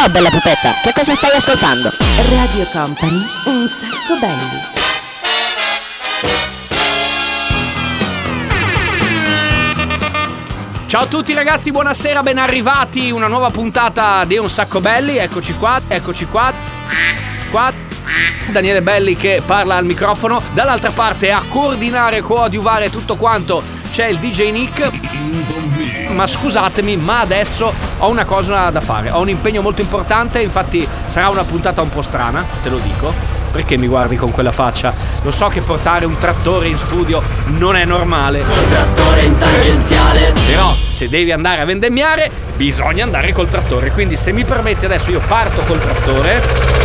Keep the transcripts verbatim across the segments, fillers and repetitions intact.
Ciao bella pupetta, che cosa stai ascoltando? Radio Company, un sacco belli. Ciao a tutti ragazzi, buonasera, ben arrivati. Una nuova puntata di Un Sacco Belli. Eccoci qua, eccoci qua. Qua Daniele Belli che parla al microfono. Dall'altra parte a coordinare, coadiuvare tutto quanto c'è il D J Nick. Ma scusatemi, ma adesso ho una cosa da fare. Ho un impegno molto importante, infatti sarà una puntata un po' strana, te lo dico. Perché mi guardi con quella faccia? Lo so che portare un trattore in studio non è normale. Un trattore in tangenziale. Però se devi andare a vendemmiare bisogna andare col trattore. Quindi se mi permetti adesso io parto col trattore.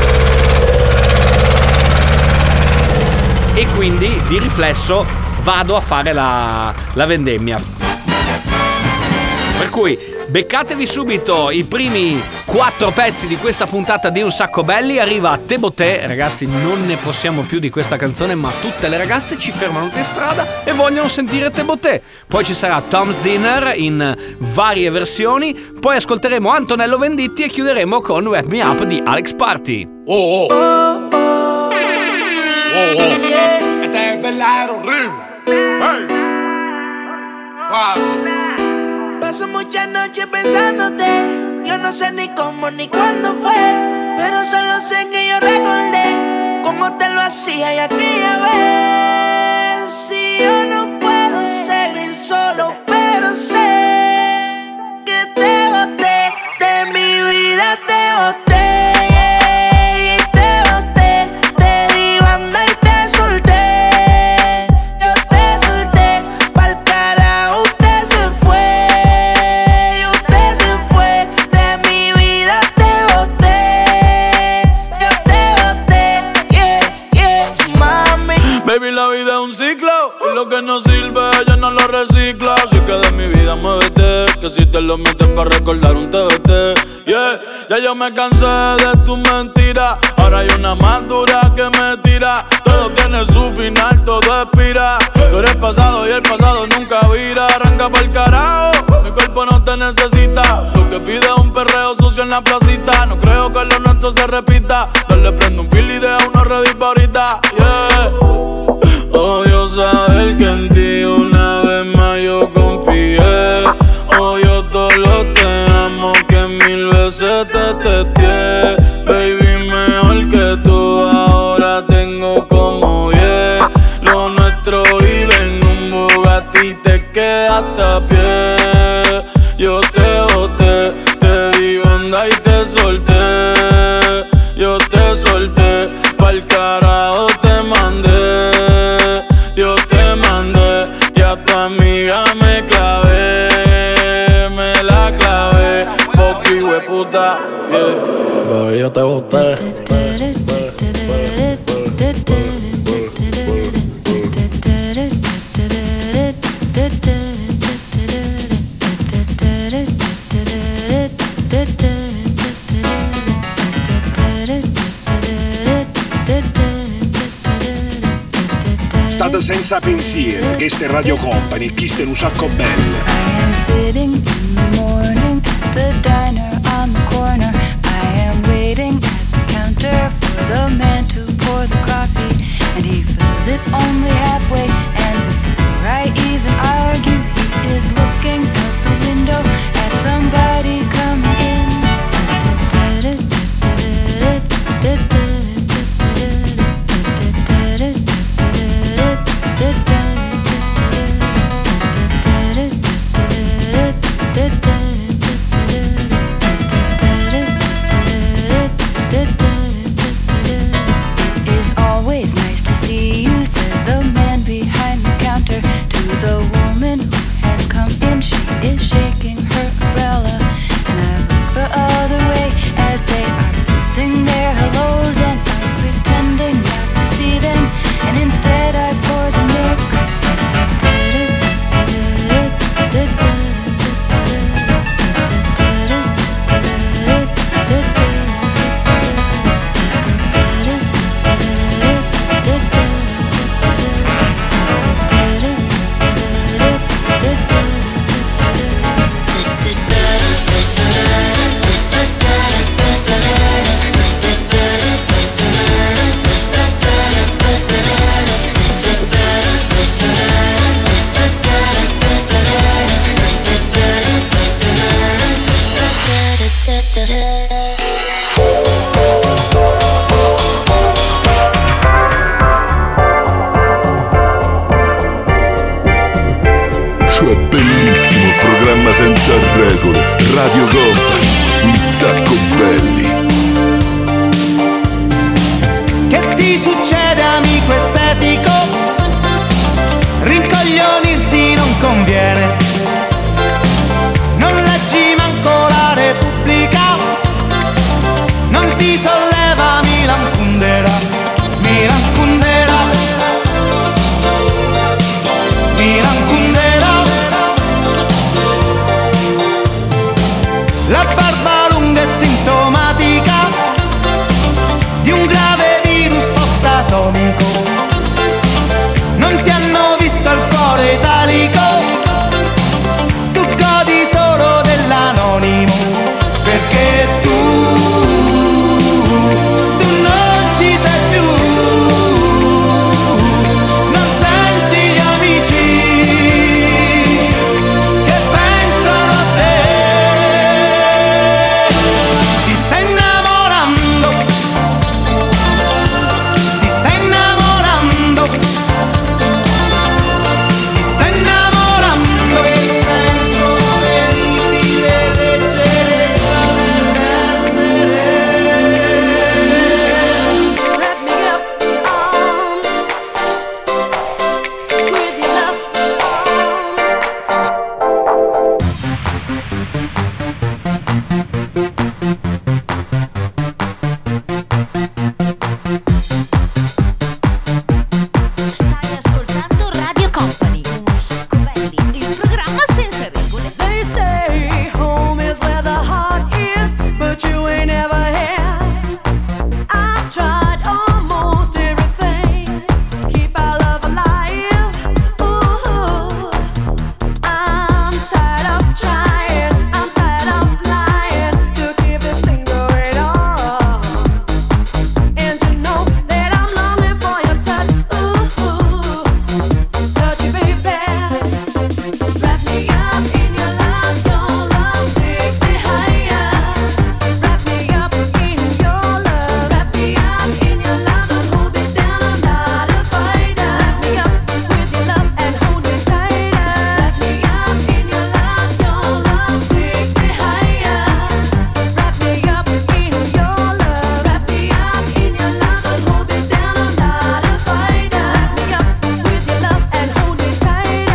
E quindi di riflesso vado a fare la, la vendemmia. Per cui beccatevi subito i primi quattro pezzi di questa puntata di Un Sacco Belli. Arriva Tebotè, ragazzi, non ne possiamo più di questa canzone, ma tutte le ragazze ci fermano in strada e vogliono sentire Tebotè. Poi ci sarà Tom's Dinner in varie versioni. Poi ascolteremo Antonello Venditti e chiuderemo con Wrap Me Up di Alex Party. Oh oh oh oh, oh, oh. Este es verdadero horrible. Hey. Suave. Paso muchas noches pensándote. Yo no sé ni cómo ni cuándo fue, pero solo sé que yo recordé cómo te lo hacía y aquella vez. Si yo no puedo seguir solo, pero sé que te boté, de mi vida te boté. Baby, la vida es un ciclo y lo que no sirve ya no lo recicla. Así que de mi vida muévete, que si te lo metes para recordar un T B T. Yeah, ya yo me cansé de tus mentiras. Ahora hay una más dura que me tira. Todo tiene su final, todo expira. Tú eres pasado y el pasado nunca vira. Arranca pa'l carajo, mi cuerpo no te necesita. Lo que pide es un perreo sucio en la placita. No creo que lo nuestro se repita. Dale, prende un fil y deja uno ready pa' ahorita. Yeah. Odio saber que en ti una vez más yo confié. Odio todo lo te amo que mil veces te testé. Baby, mejor que tú ahora tengo como diez. Lo nuestro vive en un Bugatti, te quedaste a pie. Yo te boté, te di banda y te solté. Yo te solté, pa'l carajo te mandé. Yo te mandé y a tu amiga me clavé, me la clavé. Fuck you, hueputa, yeah. Baby, yo te boté. State senza pensieri, che ste Radio Company, chi ste Un Sacco Belli. I am sitting in the morning at the diner on the corner. I am waiting at the counter for the man to pour the coffee, and he fills it only halfway, and before I even argue, he is looking out the window at somebody coming in. regole. Radio Company, un sacco belli. Che ti succede, amico estetico? Rincoglionirsi non conviene. Non leggi manco la Repubblica. Non ti solleva Milan Kundera. Milan Kundera. Milan Kundera. La barba lunga è sintomatica di un grave virus post-atomico. Non ti hanno visto il foro italico. Tu godi solo dell'anonimo. Perché tu, tu non ci sei più. Non senti gli amici che pensano a te. Ti stai innamorando. Ti stai innamorando. Ti stai innamorando. Che senso terribile leggerezza dell'essere. Wrap me up on with your love. Stai ascoltando Radio Company, un sacco belli, il programma senza regole. They say home is where the heart is, but you ain't ever here. I've tried almost everything to keep our love alive. Ooh, I'm tired of trying, I'm tired of lying to keep this thing going on. And you know that I'm longing for your touch. Ooh, touch you, baby. Wrap me up in your love, your love takes me higher. Wrap me up in your love, wrap me up in your love and hold me down, I'm not a fighter. Wrap me up with your love and hold me tighter. Wrap me up in your love, your love takes me higher. Wrap me up in your love, wrap me up in your love and hold me down, I'm not a fighter. Wrap me up with your love and hold me tighter.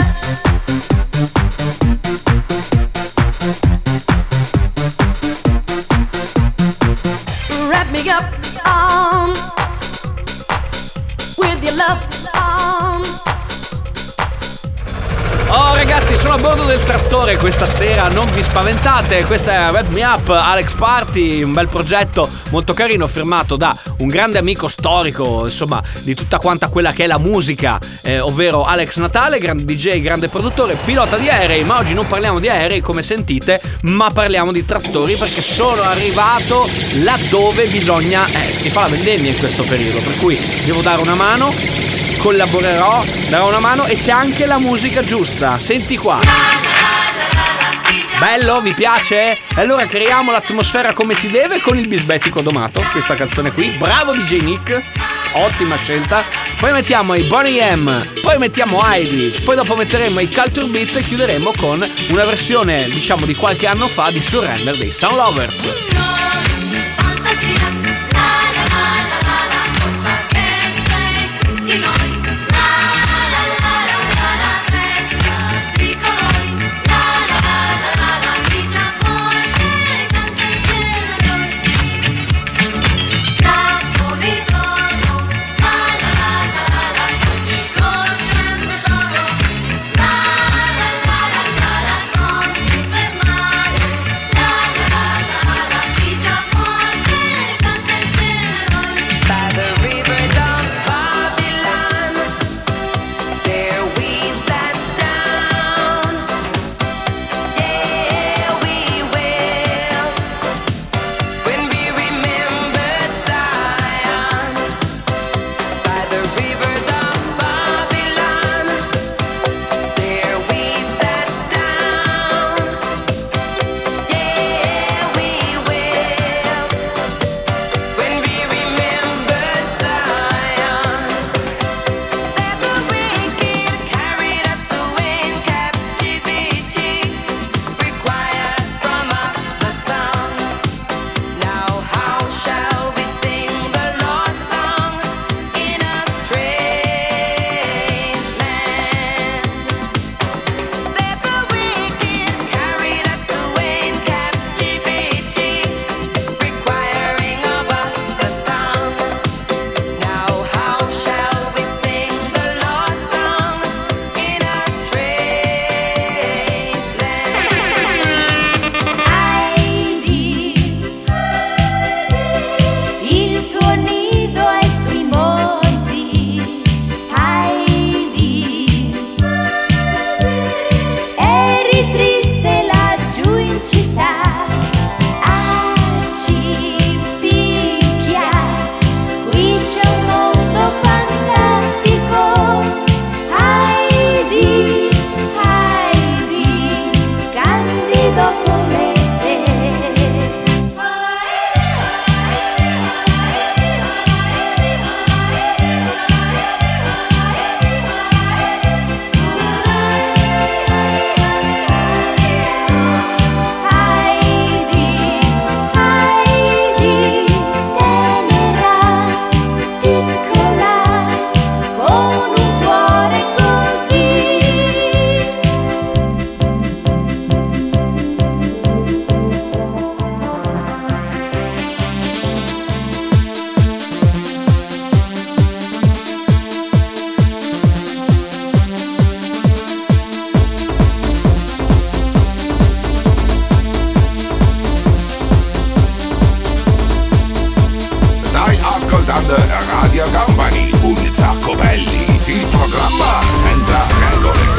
Wrap me up um with your love um. Oh ragazzi, sono a bordo del trattore questa sera, non vi spaventate. Questa è Wrap Me Up, Alex Party, un bel progetto molto carino firmato da un grande amico storico, insomma, di tutta quanta quella che è la musica, eh, ovvero Alex Natale, grande D J, grande produttore, pilota di aerei. Ma oggi non parliamo di aerei come sentite, ma parliamo di trattori, perché sono arrivato laddove bisogna, eh, si fa la vendemmia in questo periodo, per cui devo dare una mano, collaborerò, darò una mano e c'è anche la musica giusta. Senti qua. Bello, vi piace? E allora creiamo l'atmosfera come si deve con il bisbettico domato, questa canzone qui. Bravo D J Nick, ottima scelta. Poi mettiamo i Boney M, poi mettiamo Heidi, poi dopo metteremo i Culture Beat e chiuderemo con una versione, diciamo, di qualche anno fa di Surrender dei Sound Lovers. La la la la la, non ti fermare. La la la la la, Weekend Radio Company, un sacco belli, il programma senza regole.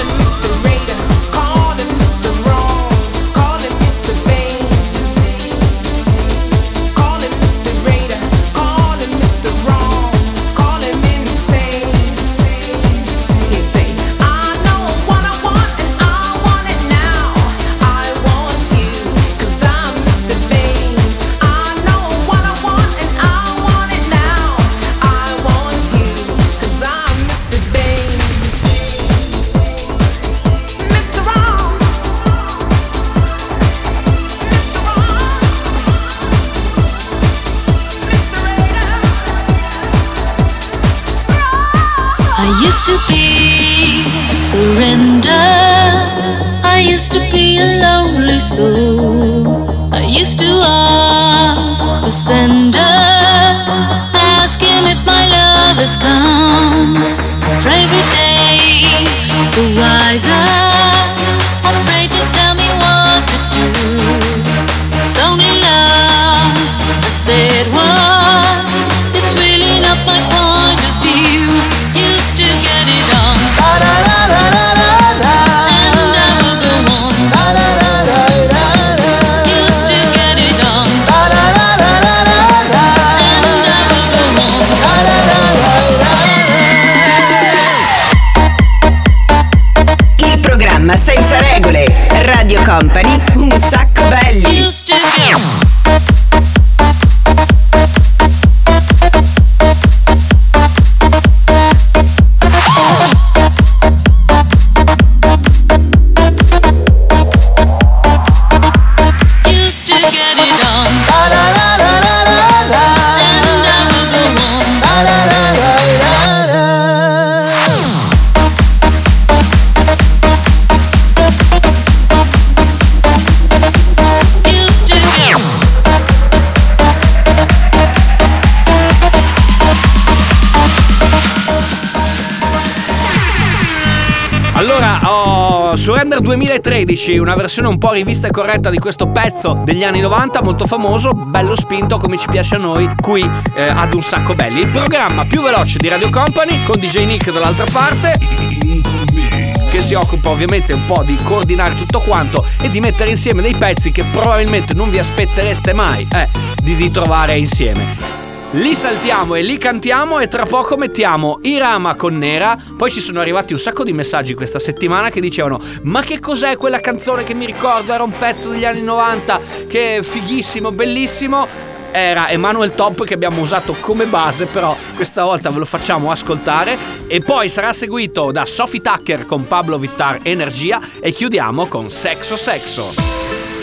I used to be surrendered. I used to be a lonely soul. I used to ask the sender, ask him if my love has come. For every day, the wiser, I pray to tell me what to do. It's only love, I said what? It's really not my point of view. Used to get it on, and I will go on. Used to get it on, and I will go Il programma senza regole. Radio Company, un sacco belli. Used to get Surrender duemilatredici, una versione un po' rivista e corretta di questo pezzo degli anni novanta, molto famoso, bello spinto come ci piace a noi, qui eh, ad Un Sacco Belli, il programma più veloce di Radio Company, con D J Nick dall'altra parte, che si occupa ovviamente un po' di coordinare tutto quanto e di mettere insieme dei pezzi che probabilmente non vi aspettereste mai eh, di, di trovare insieme. Li saltiamo e li cantiamo e tra poco mettiamo Irama con Nera. Poi ci sono arrivati un sacco di messaggi questa settimana che dicevano: ma che cos'è quella canzone che mi ricordo, era un pezzo degli anni novanta, che è fighissimo, bellissimo. Era Emanuel Top, che abbiamo usato come base, però questa volta ve lo facciamo ascoltare. E poi sarà seguito da Sophie Tucker con Pablo Vittar, Energia, e chiudiamo con Sexo Sexo.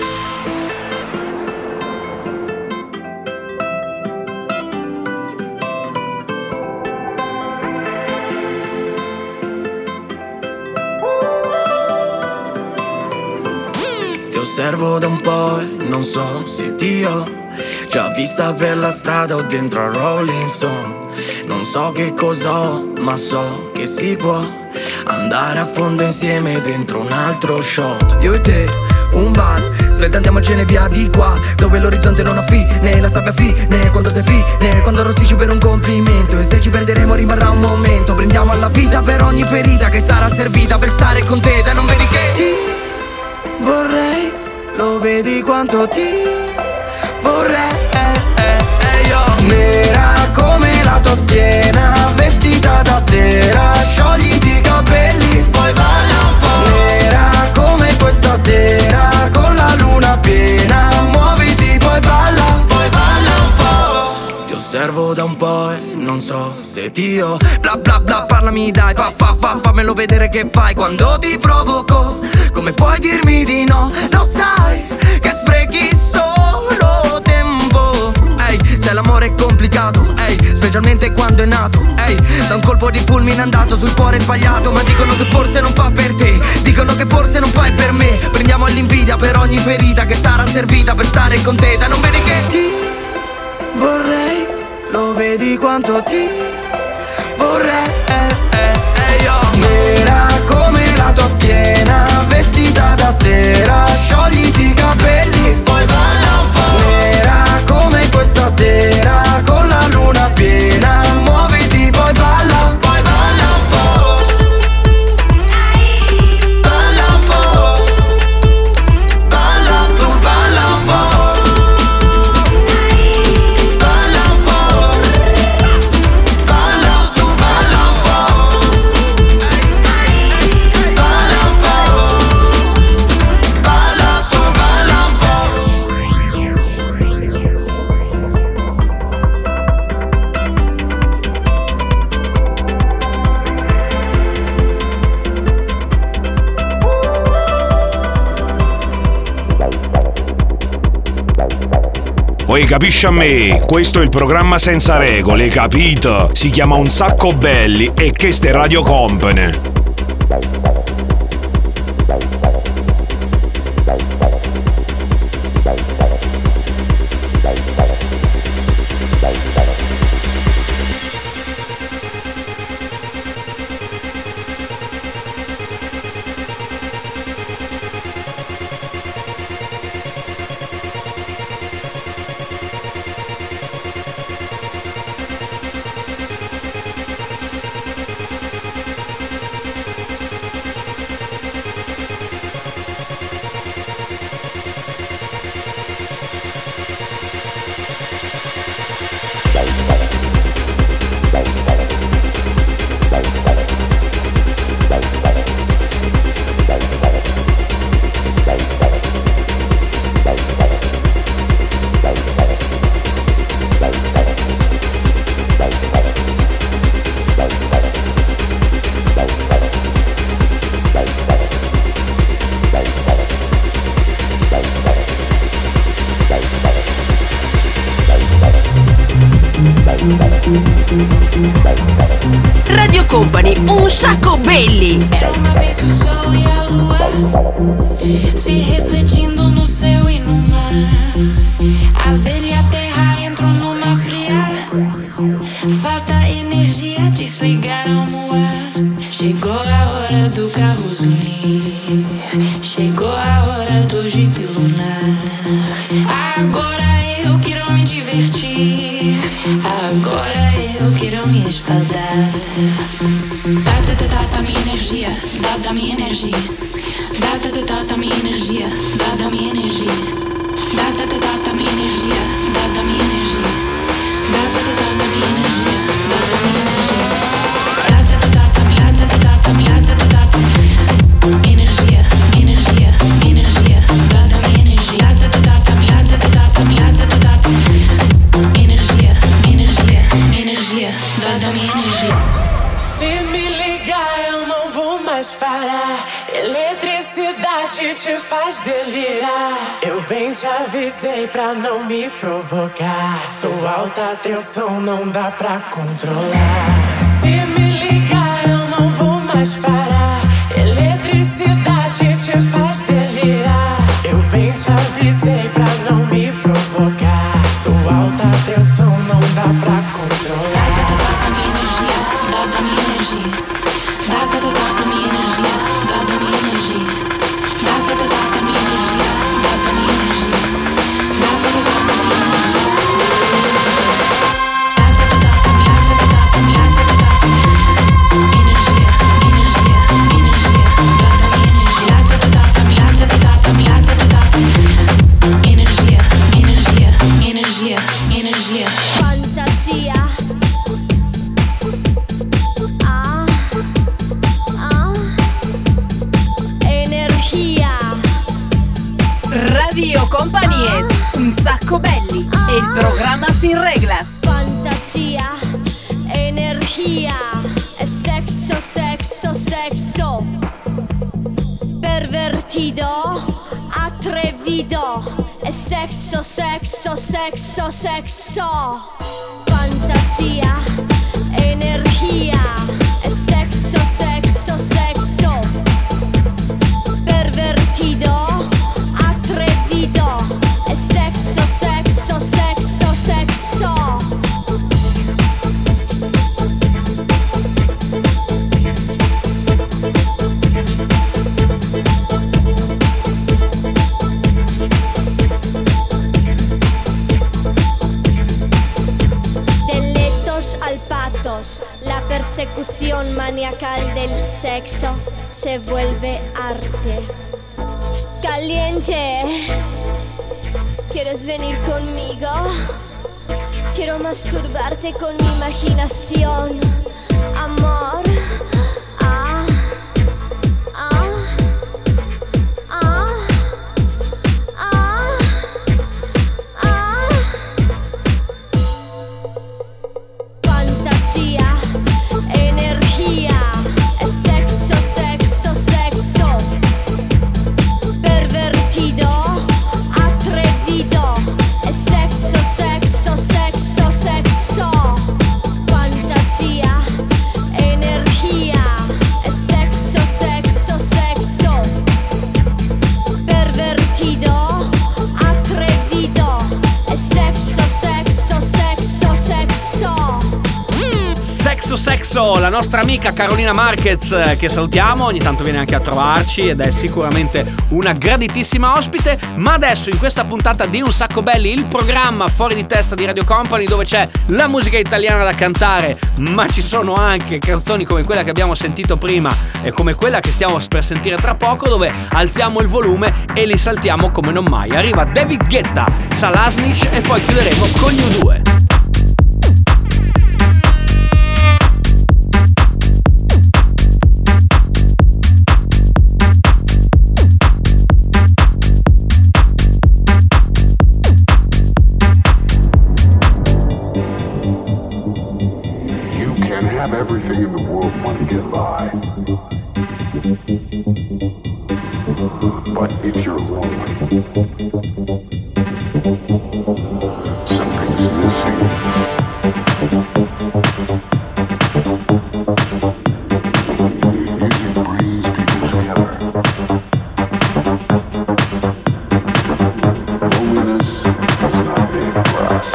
Osservo da un po' e non so se ti ho già vista per la strada o dentro a Rolling Stone. Non so che cos'ho, ma so che si può andare a fondo insieme dentro un altro shot. Io e te, un bar, svelta andiamocene via di qua, dove l'orizzonte non ha fine, la sabbia fine, quando sei fine, quando arrossisci per un complimento. E se ci perderemo rimarrà un momento, prendiamo alla vita per ogni ferita che sarà servita per stare con te. Dai, non vedi che ti vorrei, lo vedi quanto ti vorrei, eh, eh, eh, io. Nera come la tua schiena, vestita da sera, sciogliti i capelli, poi balla un po'. Nera come questa sera, con la luna piena, muoviti, poi balla, poi balla un po'. Ti osservo da un po' e non so se ti ho. Bla bla bla, parlami dai, fa fa fa, fammelo vedere che fai quando ti provoco. Come puoi dirmi di no? Lo sai che sprechi solo tempo. Ehi, se l'amore è complicato, ehi, specialmente quando è nato, ehi, da un colpo di fulmine è andato sul cuore sbagliato. Ma dicono che forse non fa per te, dicono che forse non fai per me. Prendiamo all'invidia per ogni ferita che sarà servita per stare con te. Dai, non vedi che ti vorrei, lo vedi quanto ti vorrei, eh, eh, eh, io. Nera come la tua schiena, vestita da sera, sciogliti i capelli, poi balla un po'. Nera come questa sera, con la luna piena, Oi, capisci a me? Questo è il programma senza regole, capito? Si chiama Un Sacco Belli e questo è Radio Company. Radio Company, Un Sacco Belli. Era uma vez o sol e a lua se refletindo no céu e no mar. A ver e a terra entram numa fria. Falta energia, desligaram o ar. Chegou a hora do carro unir. Chegou a hora do jeep lunar. Agora eu quero me divertir. Agora eu quero me espaldar. Dá, dá, dá, dá minha energia, dá, dá minha energia. Dá, dá, dá, dá, dá minha energia, dá, dá minha energia. Dá, dá, dá, dá, dá minha energia, dá, dá minha energia. Dá, dá, dá, dá, dá minha energia, dá, dá minha energia. Dá, dá, dá, dá, minha, dá, dá, dá, minha, dá, dá, dá. Energia, energia, energia, dá, dá minha energia. Dá, dá, dá, dá, minha, dá, dá, dá, minha, dá, dá, dá. Energia, energia, energia, dá, dá minha energia. Se me ligar eu não vou mais parar. Eletricidade te faz delirar. Eu bem te avisei pra não me provocar. Sua alta tensão não dá pra controlar. Se me ligar eu não vou mais parar. Eletricidade te faz delirar. Eu bem te avisei pra não me provocar. Sua alta tensão não dá pra controlar. Dá, dá minha energia, dá, dá, dá, dá minha energia, dá, dá minha energia. Dá, dá, dá, dá minha energia, dá, dá minha energia. Dá, dá, dá, dá minha energia, dá, dá minha energia. Dá, dá, dá, dá minha, dá, dá, dá. Energia, energia, energia, dá, dá minha energia. Dá, dá, dá, dá minha, dá, dá, dá, minha, dá, dá, dá. Energia, energia, energia, energia. Fantasia. Radio Company es Un Sacco Belli, el programa sin reglas. Fantasia, energía, es sexo, sexo, sexo. Pervertido, atrevido, es sexo, sexo, sexo, sexo. Fantasia, energía, es sexo, sexo, sexo. Pervertido. Es sexo, sexo, sexo, sexo. Delitos al patos, la persecución maniacal del sexo se vuelve arte. Caliente. ¿Quieres venir conmigo? Quiero masturbarte con mi imaginación. Amor. Ah. Ah. Ah. Ah. Ah. Fantasía. Energía. Es sexo, sexo, sexo. Pervertido. Atrevido. Es sexo, adesso la nostra amica Carolina Marquez, che salutiamo, ogni tanto viene anche a trovarci ed è sicuramente una graditissima ospite. Ma adesso in questa puntata di Un Sacco Belli, il programma fuori di testa di Radio Company, dove c'è la musica italiana da cantare, ma ci sono anche canzoni come quella che abbiamo sentito prima e come quella che stiamo per sentire tra poco, dove alziamo il volume e li saltiamo come non mai. Arriva David Guetta, Salasnic e poi chiuderemo con gli U due. Everything in the world, money can lie. But if you're lonely, something's missing. Music brings people together. Loneliness is not made for us.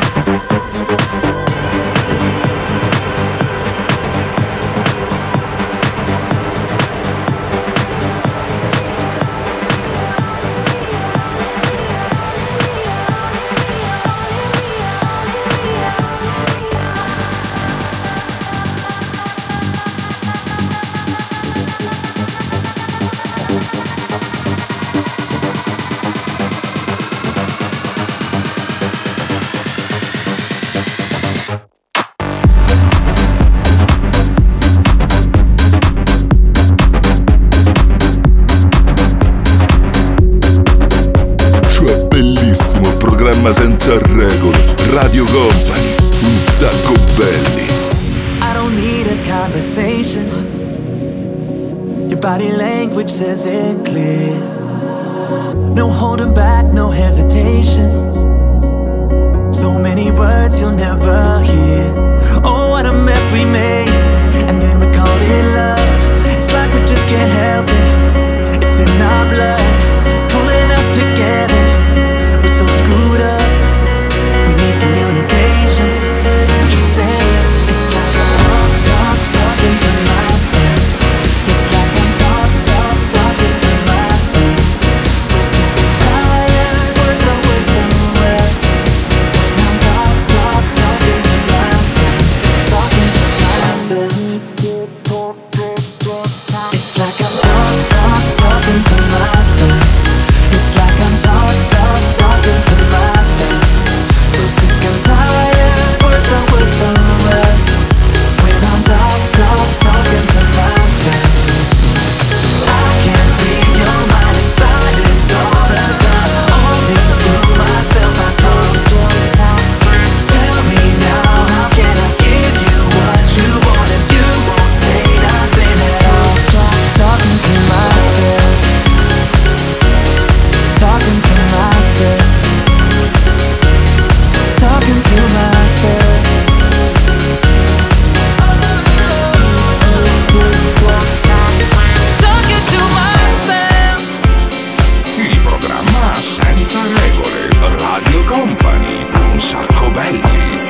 Senza regole, Radio Company, Un Sacco Belli. I don't need a conversation. Your body language says it clear. No holding back, no hesitation. So many words you'll never hear. Oh, what a mess we made, and then we called it love. It's like we just can't help it. It's in our blood, pulling us together. We're so screwed up. We need communication. Just say it. It's like I'm talk, talk, talking to myself. It's like I'm talk, talk, talking to myself. So sick and tired, words don't work so well. When I'm talk, talk, talking to myself. Talking to myself. It's like I'm talk, talk, talking to myself. It's like I'm talk, talk, talking to myself. So sick and tired, words don't work so well. When I'm talk, talk, talking to myself. I can't read your mind inside, it's all the time. Only to myself I talk, talk, talk. Tell me now, how can I give you what you want if you won't say nothing at all? Talk, talking to myself. Talking to myself. Talking to myself. Talking to myself. Il programma senza regole, Radio Company, Un Sacco Belli.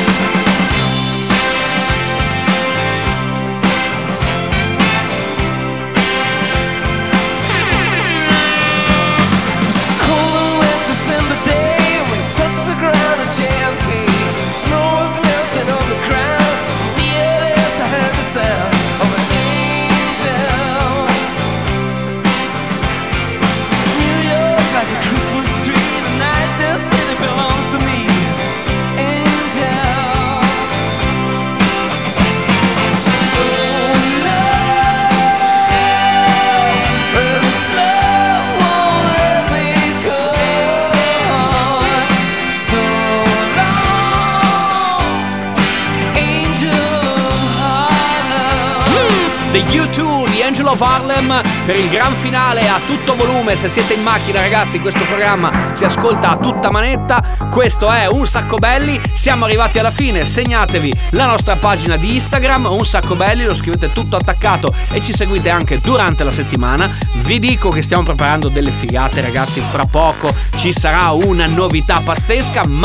U due di Angel of Harlem per il gran finale a tutto volume. Se siete in macchina, ragazzi, questo programma si ascolta a tutta manetta. Questo è Un Sacco Belli, siamo arrivati alla fine. Segnatevi la nostra pagina di Instagram, Un Sacco Belli, lo scrivete tutto attaccato e ci seguite anche durante la settimana. Vi dico che stiamo preparando delle figate, ragazzi, fra poco ci sarà una novità pazzesca, ma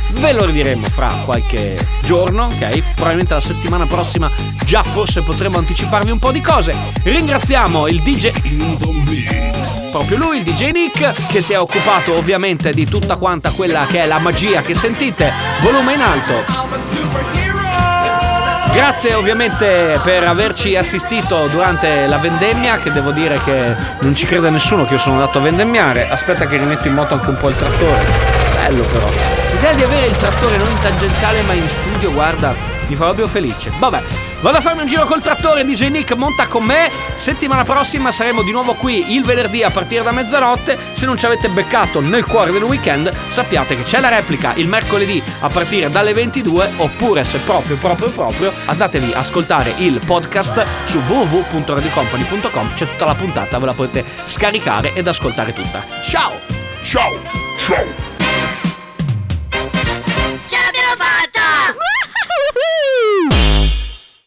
ve lo ridiremo fra qualche giorno, ok? Probabilmente la settimana prossima già forse potremo anticiparvi un po' di cose. Ringraziamo il D J, proprio lui, il D J Nick, che si è occupato ovviamente di tutta quanta quella che è la magia che sentite, volume in alto. Grazie ovviamente per averci assistito durante la vendemmia, che devo dire che non ci crede nessuno che io sono andato a vendemmiare. Aspetta che rimetto in moto anche un po' il trattore. Bello però. L'idea di avere il trattore non in tangenziale ma in studio, guarda, mi fa proprio felice. Vabbè, vado a farmi un giro col trattore, D J Nick monta con me. Settimana prossima saremo di nuovo qui il venerdì a partire da mezzanotte. Se non ci avete beccato nel cuore del weekend, sappiate che c'è la replica il mercoledì a partire dalle ventidue, oppure se proprio proprio proprio andatevi a ascoltare il podcast su w w w punto radio company punto com. C'è tutta la puntata, ve la potete scaricare ed ascoltare tutta. Ciao! Ciao! Ciao!